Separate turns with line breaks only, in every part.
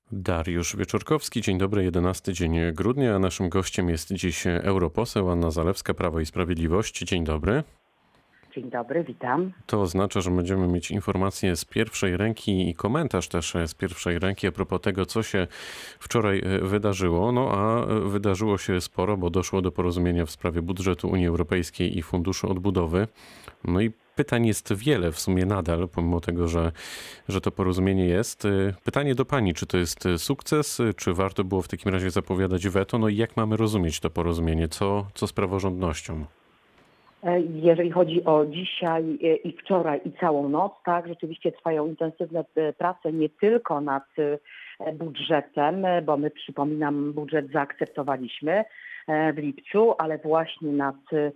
Dariusz Wieczorkowski, dzień dobry, 11 dzień grudnia, a naszym gościem jest dziś europoseł Anna Zalewska, Prawo i Sprawiedliwość. Dzień dobry.
Dzień dobry, witam.
To oznacza, że będziemy mieć informacje z pierwszej ręki i komentarz też z pierwszej ręki a propos tego, co się wczoraj wydarzyło. No a wydarzyło się sporo, bo doszło do porozumienia w sprawie budżetu Unii Europejskiej i Funduszu Odbudowy. No i pytań jest wiele w sumie nadal, pomimo tego, że to porozumienie jest. Pytanie do pani, czy to jest sukces, czy warto było w takim razie zapowiadać weto? No i jak mamy rozumieć to porozumienie? Co z praworządnością?
Jeżeli chodzi o dzisiaj i wczoraj i całą noc, tak, rzeczywiście trwają intensywne prace nie tylko nad budżetem, bo my, przypominam, budżet zaakceptowaliśmy w lipcu, ale właśnie nad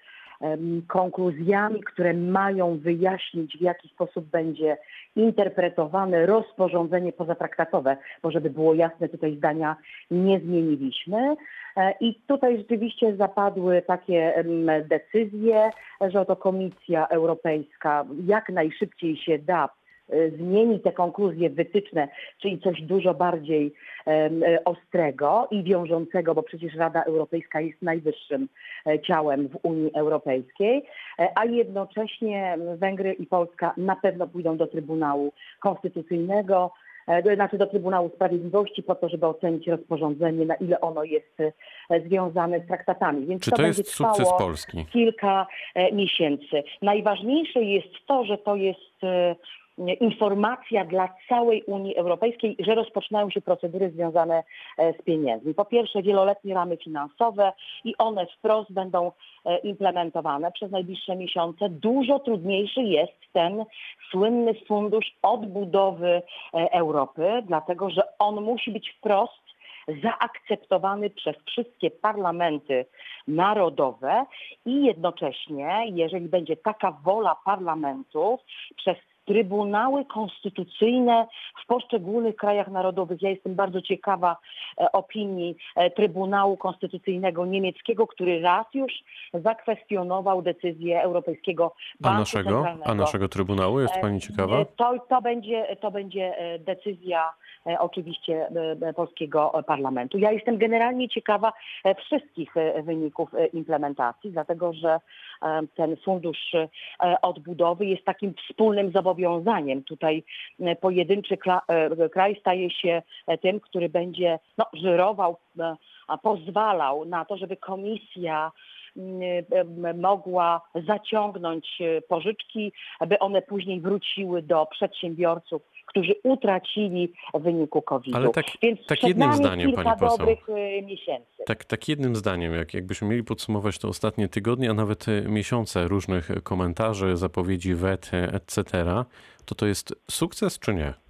konkluzjami, które mają wyjaśnić, w jaki sposób będzie interpretowane rozporządzenie pozatraktatowe, bo żeby było jasne, tutaj zdania nie zmieniliśmy. I tutaj rzeczywiście zapadły takie decyzje, że oto Komisja Europejska jak najszybciej się da zmieni te konkluzje wytyczne, czyli coś dużo bardziej ostrego i wiążącego, bo przecież Rada Europejska jest najwyższym ciałem w Unii Europejskiej, a jednocześnie Węgry i Polska na pewno pójdą do Trybunału Konstytucyjnego, znaczy do Trybunału Sprawiedliwości po to, żeby ocenić rozporządzenie, na ile ono jest związane z traktatami. Więc
Czy to jest sukces Polski?
Kilka miesięcy. Najważniejsze jest to, że to jest informacja dla całej Unii Europejskiej, że rozpoczynają się procedury związane z pieniędzmi. Po pierwsze wieloletnie ramy finansowe i one wprost będą implementowane przez najbliższe miesiące. Dużo trudniejszy jest ten słynny fundusz odbudowy Europy, dlatego że on musi być wprost zaakceptowany przez wszystkie parlamenty narodowe i jednocześnie, jeżeli będzie taka wola parlamentów, przez Trybunały konstytucyjne w poszczególnych krajach narodowych. Ja jestem bardzo ciekawa opinii Trybunału Konstytucyjnego niemieckiego, który raz już zakwestionował decyzję Europejskiego Banku Centralnego.
A naszego Trybunału jest pani ciekawa?
To będzie decyzja oczywiście polskiego parlamentu. Ja jestem generalnie ciekawa wszystkich wyników implementacji, dlatego że ten fundusz odbudowy jest takim wspólnym zobowiązaniem. Tutaj pojedynczy kraj staje się tym, który będzie żyrował, pozwalał na to, żeby Komisja mogła zaciągnąć pożyczki, aby one później wróciły do przedsiębiorców, którzy utracili w wyniku COVID-u.
Ale tak jednym zdaniem, pani poseł.
Dobrych miesięcy.
Tak jednym zdaniem, jakbyśmy mieli podsumować to ostatnie tygodnie, a nawet miesiące różnych komentarzy, zapowiedzi wet, etc., to jest sukces czy nie?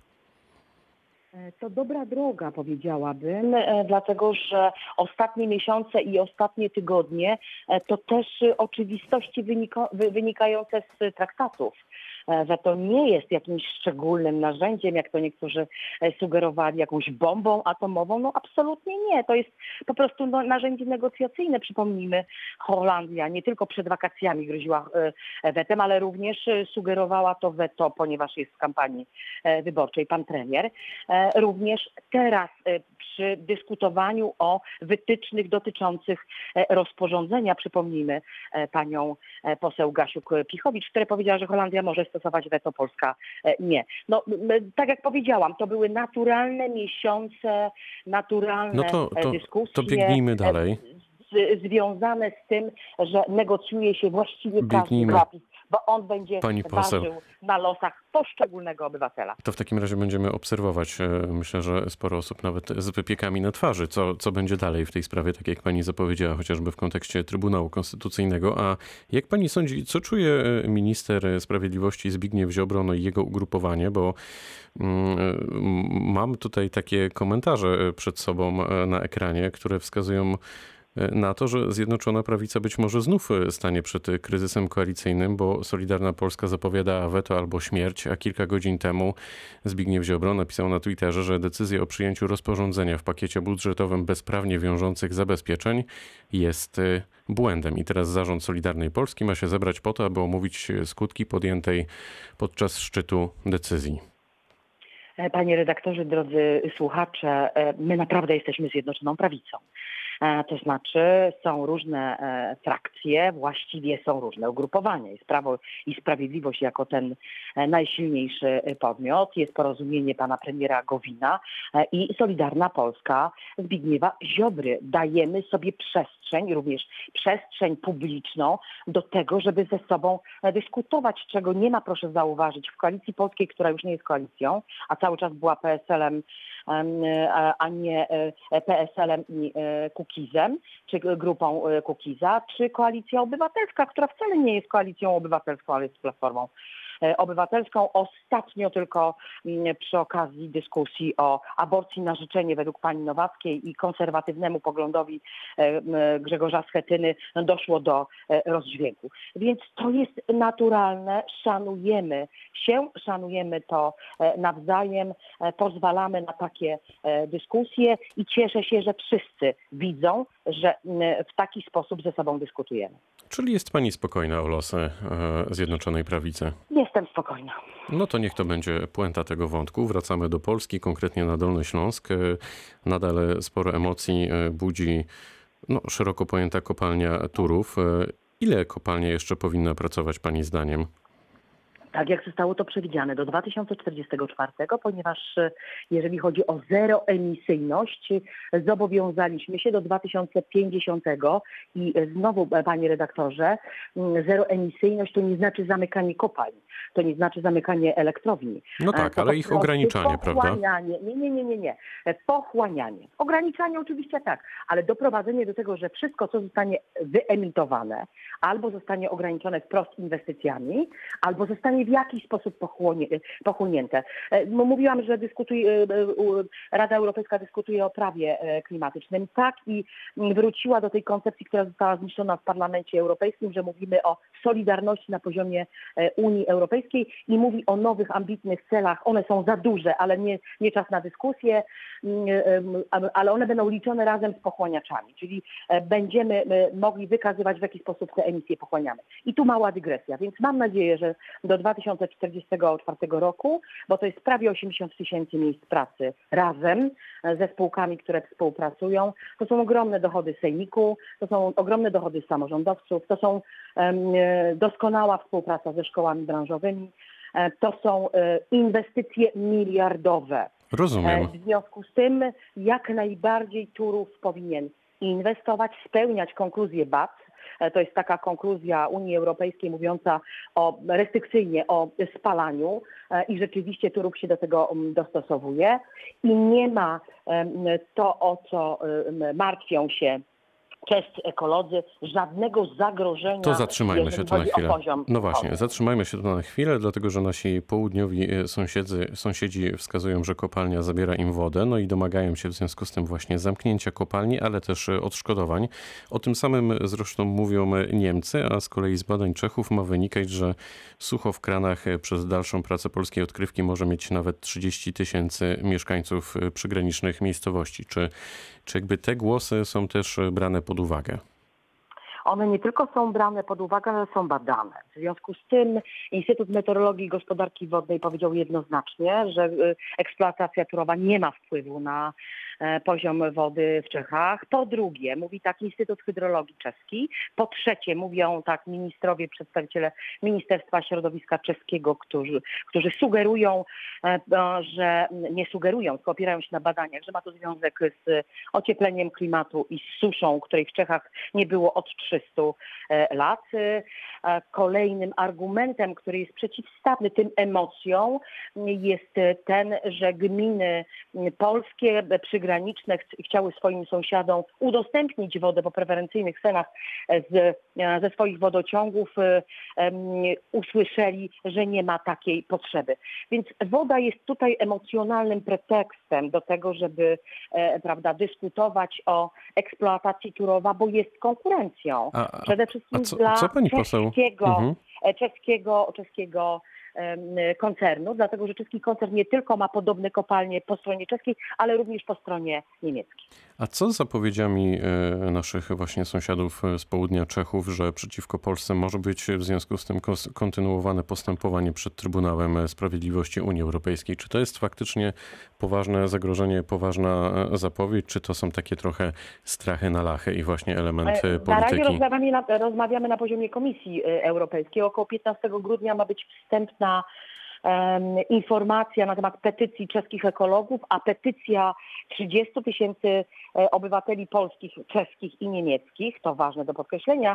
To dobra droga, powiedziałabym, dlatego że ostatnie miesiące i ostatnie tygodnie to też oczywistości wynikające z traktatów, że to nie jest jakimś szczególnym narzędziem, jak to niektórzy sugerowali, jakąś bombą atomową. No absolutnie nie. To jest po prostu narzędzie negocjacyjne. Przypomnijmy, Holandia nie tylko przed wakacjami groziła wetem, ale również sugerowała to weto, ponieważ jest w kampanii wyborczej pan premier. Również teraz przy dyskutowaniu o wytycznych dotyczących rozporządzenia, przypomnijmy panią poseł Gasiuk-Pichowicz, która powiedziała, że Holandia może stosować weto, Polska nie. No, tak jak powiedziałam, to były naturalne miesiące, naturalne dyskusje.
To biegnijmy dalej.
Związane z tym, że negocjuje się właściwie każdy zapis, bo on będzie ważył na losach poszczególnego obywatela.
To w takim razie będziemy obserwować, myślę, że sporo osób nawet z wypiekami na twarzy, co będzie dalej w tej sprawie, tak jak pani zapowiedziała, chociażby w kontekście Trybunału Konstytucyjnego. A jak pani sądzi, co czuje minister sprawiedliwości Zbigniew Ziobro, no i jego ugrupowanie, bo mam tutaj takie komentarze przed sobą na ekranie, które wskazują na to, że Zjednoczona Prawica być może znów stanie przed kryzysem koalicyjnym, bo Solidarna Polska zapowiada weto albo śmierć, a kilka godzin temu Zbigniew Ziobro napisał na Twitterze, że decyzja o przyjęciu rozporządzenia w pakiecie budżetowym bez prawnie wiążących zabezpieczeń jest błędem. I teraz zarząd Solidarnej Polski ma się zebrać po to, aby omówić skutki podjętej podczas szczytu decyzji.
Panie redaktorze, drodzy słuchacze, my naprawdę jesteśmy Zjednoczoną Prawicą. To znaczy są różne frakcje, właściwie są różne ugrupowania. Jest Prawo i Sprawiedliwość jako ten najsilniejszy podmiot. Jest Porozumienie pana premiera Gowina i Solidarna Polska Zbigniewa Ziobry. Dajemy sobie przestrzeń, również przestrzeń publiczną do tego, żeby ze sobą dyskutować, czego nie ma, proszę zauważyć, w Koalicji Polskiej, która już nie jest koalicją, a cały czas była PSL-em, a nie PSL-em i Kukizem, czy grupą Kukiza, czy Koalicja Obywatelska, która wcale nie jest koalicją obywatelską, ale jest Platformą Obywatelską. Ostatnio tylko przy okazji dyskusji o aborcji na życzenie według pani Nowackiej i konserwatywnemu poglądowi Grzegorza Schetyny doszło do rozdźwięku. Więc to jest naturalne, szanujemy się, szanujemy to nawzajem, pozwalamy na takie dyskusje i cieszę się, że wszyscy widzą, że w taki sposób ze sobą dyskutujemy.
Czyli jest pani spokojna o losy Zjednoczonej Prawicy?
Jestem spokojna.
No to niech to będzie puenta tego wątku. Wracamy do Polski, konkretnie na Dolny Śląsk. Nadal sporo emocji budzi szeroko pojęta kopalnia Turów. Ile kopalnia jeszcze powinna pracować pani zdaniem?
Tak jak zostało to przewidziane do 2044, ponieważ jeżeli chodzi o zeroemisyjność, zobowiązaliśmy się do 2050 i znowu, panie redaktorze, zeroemisyjność to nie znaczy zamykanie kopalń, to nie znaczy zamykanie elektrowni.
No tak, ale ich ograniczanie, prawda?
Nie. Pochłanianie. Ograniczanie oczywiście tak, ale doprowadzenie do tego, że wszystko, co zostanie wyemitowane, albo zostanie ograniczone wprost inwestycjami, albo zostanie w jakiś sposób pochłonięte. Mówiłam, że Rada Europejska dyskutuje o prawie klimatycznym. Tak, i wróciła do tej koncepcji, która została zniszczona w Parlamencie Europejskim, że mówimy o solidarności na poziomie Unii Europejskiej i mówi o nowych, ambitnych celach. One są za duże, ale nie czas na dyskusję, ale one będą liczone razem z pochłaniaczami, czyli będziemy mogli wykazywać, w jaki sposób te emisje pochłaniamy. I tu mała dygresja, więc mam nadzieję, że do 2044 roku, bo to jest prawie 80 000 miejsc pracy razem ze spółkami, które współpracują. To są ogromne dochody sejmiku, to są ogromne dochody samorządowców, to są doskonała współpraca ze szkołami branżowymi, to są inwestycje miliardowe.
Rozumiem.
W związku z tym jak najbardziej Turów powinien inwestować, spełniać konkluzję BAT. To jest taka konkluzja Unii Europejskiej mówiąca restrykcyjnie o spalaniu i rzeczywiście Turów się do tego dostosowuje. I nie ma to, o co martwią się czescy ekolodzy, żadnego zagrożenia.
To zatrzymajmy się tu na chwilę. No właśnie,
wody.
zatrzymajmy się tu na chwilę, dlatego że nasi południowi sąsiedzi wskazują, że kopalnia zabiera im wodę, no i domagają się w związku z tym właśnie zamknięcia kopalni, ale też odszkodowań. O tym samym zresztą mówią Niemcy, a z kolei z badań Czechów ma wynikać, że sucho w kranach przez dalszą pracę polskiej odkrywki może mieć nawet 30 000 mieszkańców przygranicznych miejscowości. Czy jakby te głosy są też brane pod uwagę?
One nie tylko są brane pod uwagę, ale są badane. W związku z tym Instytut Meteorologii i Gospodarki Wodnej powiedział jednoznacznie, że eksploatacja turowa nie ma wpływu na poziom wody w Czechach. Po drugie, mówi tak Instytut Hydrologii Czeski. Po trzecie, mówią tak ministrowie, przedstawiciele Ministerstwa Środowiska Czeskiego, którzy sugerują, że nie sugerują, tylko opierają się na badaniach, że ma to związek z ociepleniem klimatu i z suszą, której w Czechach nie było od 300 lat. Kolejnym argumentem, który jest przeciwstawny tym emocjom, jest ten, że gminy polskie przygraniczne chciały swoim sąsiadom udostępnić wodę po preferencyjnych cenach ze swoich wodociągów, usłyszeli, że nie ma takiej potrzeby. Więc woda jest tutaj emocjonalnym pretekstem do tego, żeby dyskutować o eksploatacji Turowa, bo jest konkurencją. Przede wszystkim dla
co pani poseł?
czeskiego koncernu, dlatego że czeski koncern nie tylko ma podobne kopalnie po stronie czeskiej, ale również po stronie niemieckiej.
A co z zapowiedziami naszych właśnie sąsiadów z południa Czechów, że przeciwko Polsce może być w związku z tym kontynuowane postępowanie przed Trybunałem Sprawiedliwości Unii Europejskiej? Czy to jest faktycznie poważne zagrożenie, poważna zapowiedź, czy to są takie trochę strachy na lachę i właśnie element
Na razie
polityki?
rozmawiamy na poziomie Komisji Europejskiej. Około 15 grudnia ma być wstępna informacja na temat petycji czeskich ekologów, a petycja 30 000 obywateli polskich, czeskich i niemieckich, to ważne do podkreślenia,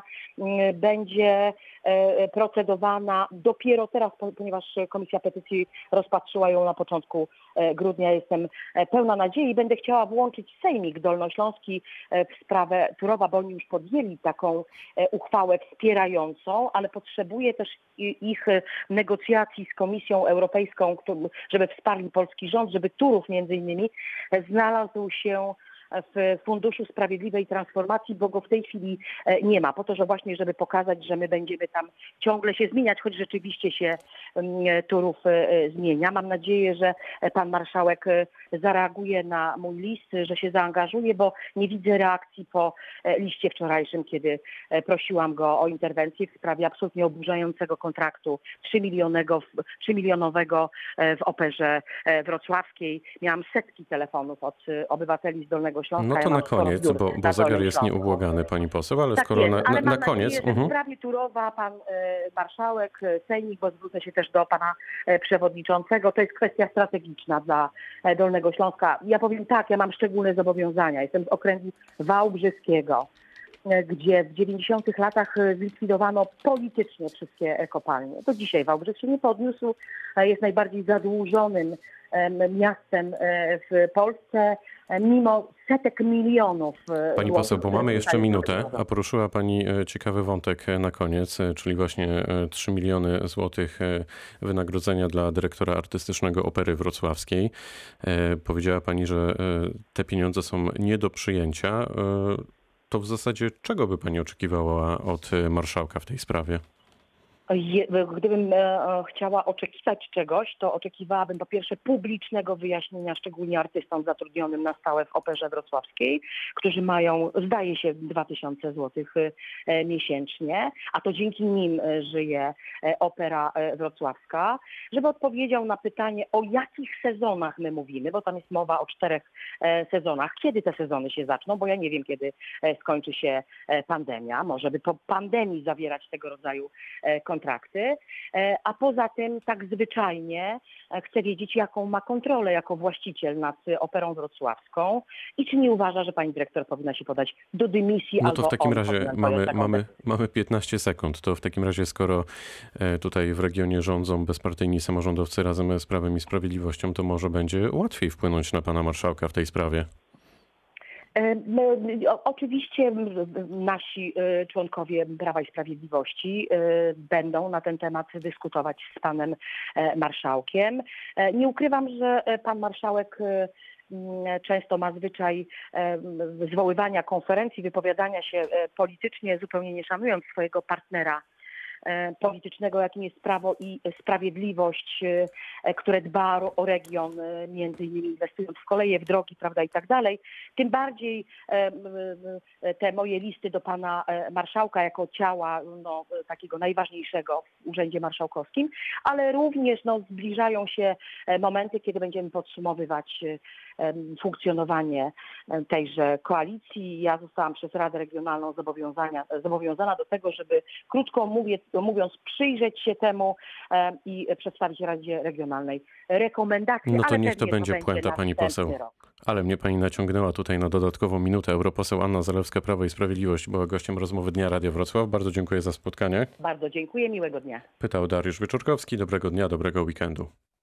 będzie procedowana dopiero teraz, ponieważ Komisja Petycji rozpatrzyła ją na początku grudnia. Jestem pełna nadziei i będę chciała włączyć Sejmik Dolnośląski w sprawę Turowa, bo oni już podjęli taką uchwałę wspierającą, ale potrzebuję też ich negocjacji z Komisją Europejską, żeby wsparli polski rząd, żeby Turów między innymi znalazł się w Funduszu Sprawiedliwej Transformacji, bo go w tej chwili nie ma. Po to, że właśnie, żeby pokazać, że my będziemy tam ciągle się zmieniać, choć rzeczywiście się Turów zmienia. Mam nadzieję, że pan marszałek zareaguje na mój list, że się zaangażuje, bo nie widzę reakcji po liście wczorajszym, kiedy prosiłam go o interwencję w sprawie absolutnie oburzającego kontraktu 3-milionowego w Operze Wrocławskiej. Miałam setki telefonów od obywateli z Dolnego Śląska.
No to na koniec, bo zegar jest nieubłagany, pani poseł, ale
Tak
skoro
jest, ale
na
mam
koniec...
nadzieję, że w sprawie Turowa pan marszałek, Sejmik, bo zwrócę się też do pana przewodniczącego, to jest kwestia strategiczna dla Dolnego Śląska. Ja powiem tak, ja mam szczególne zobowiązania. Jestem z okręgu wałbrzyskiego, gdzie w 90 latach zlikwidowano politycznie wszystkie kopalnie. Do dzisiaj Wałbrzych się nie podniósł, jest najbardziej zadłużonym miastem w Polsce, mimo setek milionów.
Pani poseł, bo mamy jeszcze minutę, a poruszyła pani ciekawy wątek na koniec, czyli właśnie 3 miliony złotych wynagrodzenia dla dyrektora artystycznego Opery Wrocławskiej. Powiedziała pani, że te pieniądze są nie do przyjęcia. To w zasadzie czego by pani oczekiwała od marszałka w tej sprawie?
Gdybym chciała oczekiwać czegoś, to oczekiwałabym po pierwsze publicznego wyjaśnienia, szczególnie artystom zatrudnionym na stałe w Operze Wrocławskiej, którzy mają, zdaje się, 2000 zł miesięcznie, a to dzięki nim żyje Opera Wrocławska, żeby odpowiedział na pytanie, o jakich sezonach my mówimy, bo tam jest mowa o 4 sezonach. Kiedy te sezony się zaczną, bo ja nie wiem, kiedy skończy się pandemia. Może by po pandemii zawierać tego rodzaju kontrakty, a poza tym tak zwyczajnie chcę wiedzieć, jaką ma kontrolę jako właściciel nad Operą Wrocławską i czy nie uważa, że pani dyrektor powinna się podać do dymisji.
No to w takim razie
mamy
15 sekund. To w takim razie, skoro tutaj w regionie rządzą bezpartyjni samorządowcy razem z Prawem i Sprawiedliwością, to może będzie łatwiej wpłynąć na pana marszałka w tej sprawie.
Oczywiście nasi członkowie Prawa i Sprawiedliwości będą na ten temat dyskutować z panem marszałkiem. Nie ukrywam, że pan marszałek często ma zwyczaj zwoływania konferencji, wypowiadania się politycznie, zupełnie nie szanując swojego partnera politycznego, jakim jest Prawo i Sprawiedliwość, które dba o region, między innymi inwestując w koleje, w drogi, prawda, i tak dalej. Tym bardziej te moje listy do pana marszałka jako ciała takiego najważniejszego w Urzędzie Marszałkowskim, ale również zbliżają się momenty, kiedy będziemy podsumowywać funkcjonowanie tejże koalicji. Ja zostałam przez Radę Regionalną zobowiązana do tego, żeby krótko mówiąc przyjrzeć się temu i przedstawić Radzie Regionalnej rekomendacje.
No to
ale
niech to będzie puenta, pani poseł. Ale mnie pani naciągnęła tutaj na dodatkową minutę. Europoseł Anna Zalewska, Prawo i Sprawiedliwość, była gościem rozmowy Dnia Radia Wrocław. Bardzo dziękuję za spotkanie.
Bardzo dziękuję, miłego dnia.
Pytał Dariusz Wyczorkowski. Dobrego dnia, dobrego weekendu.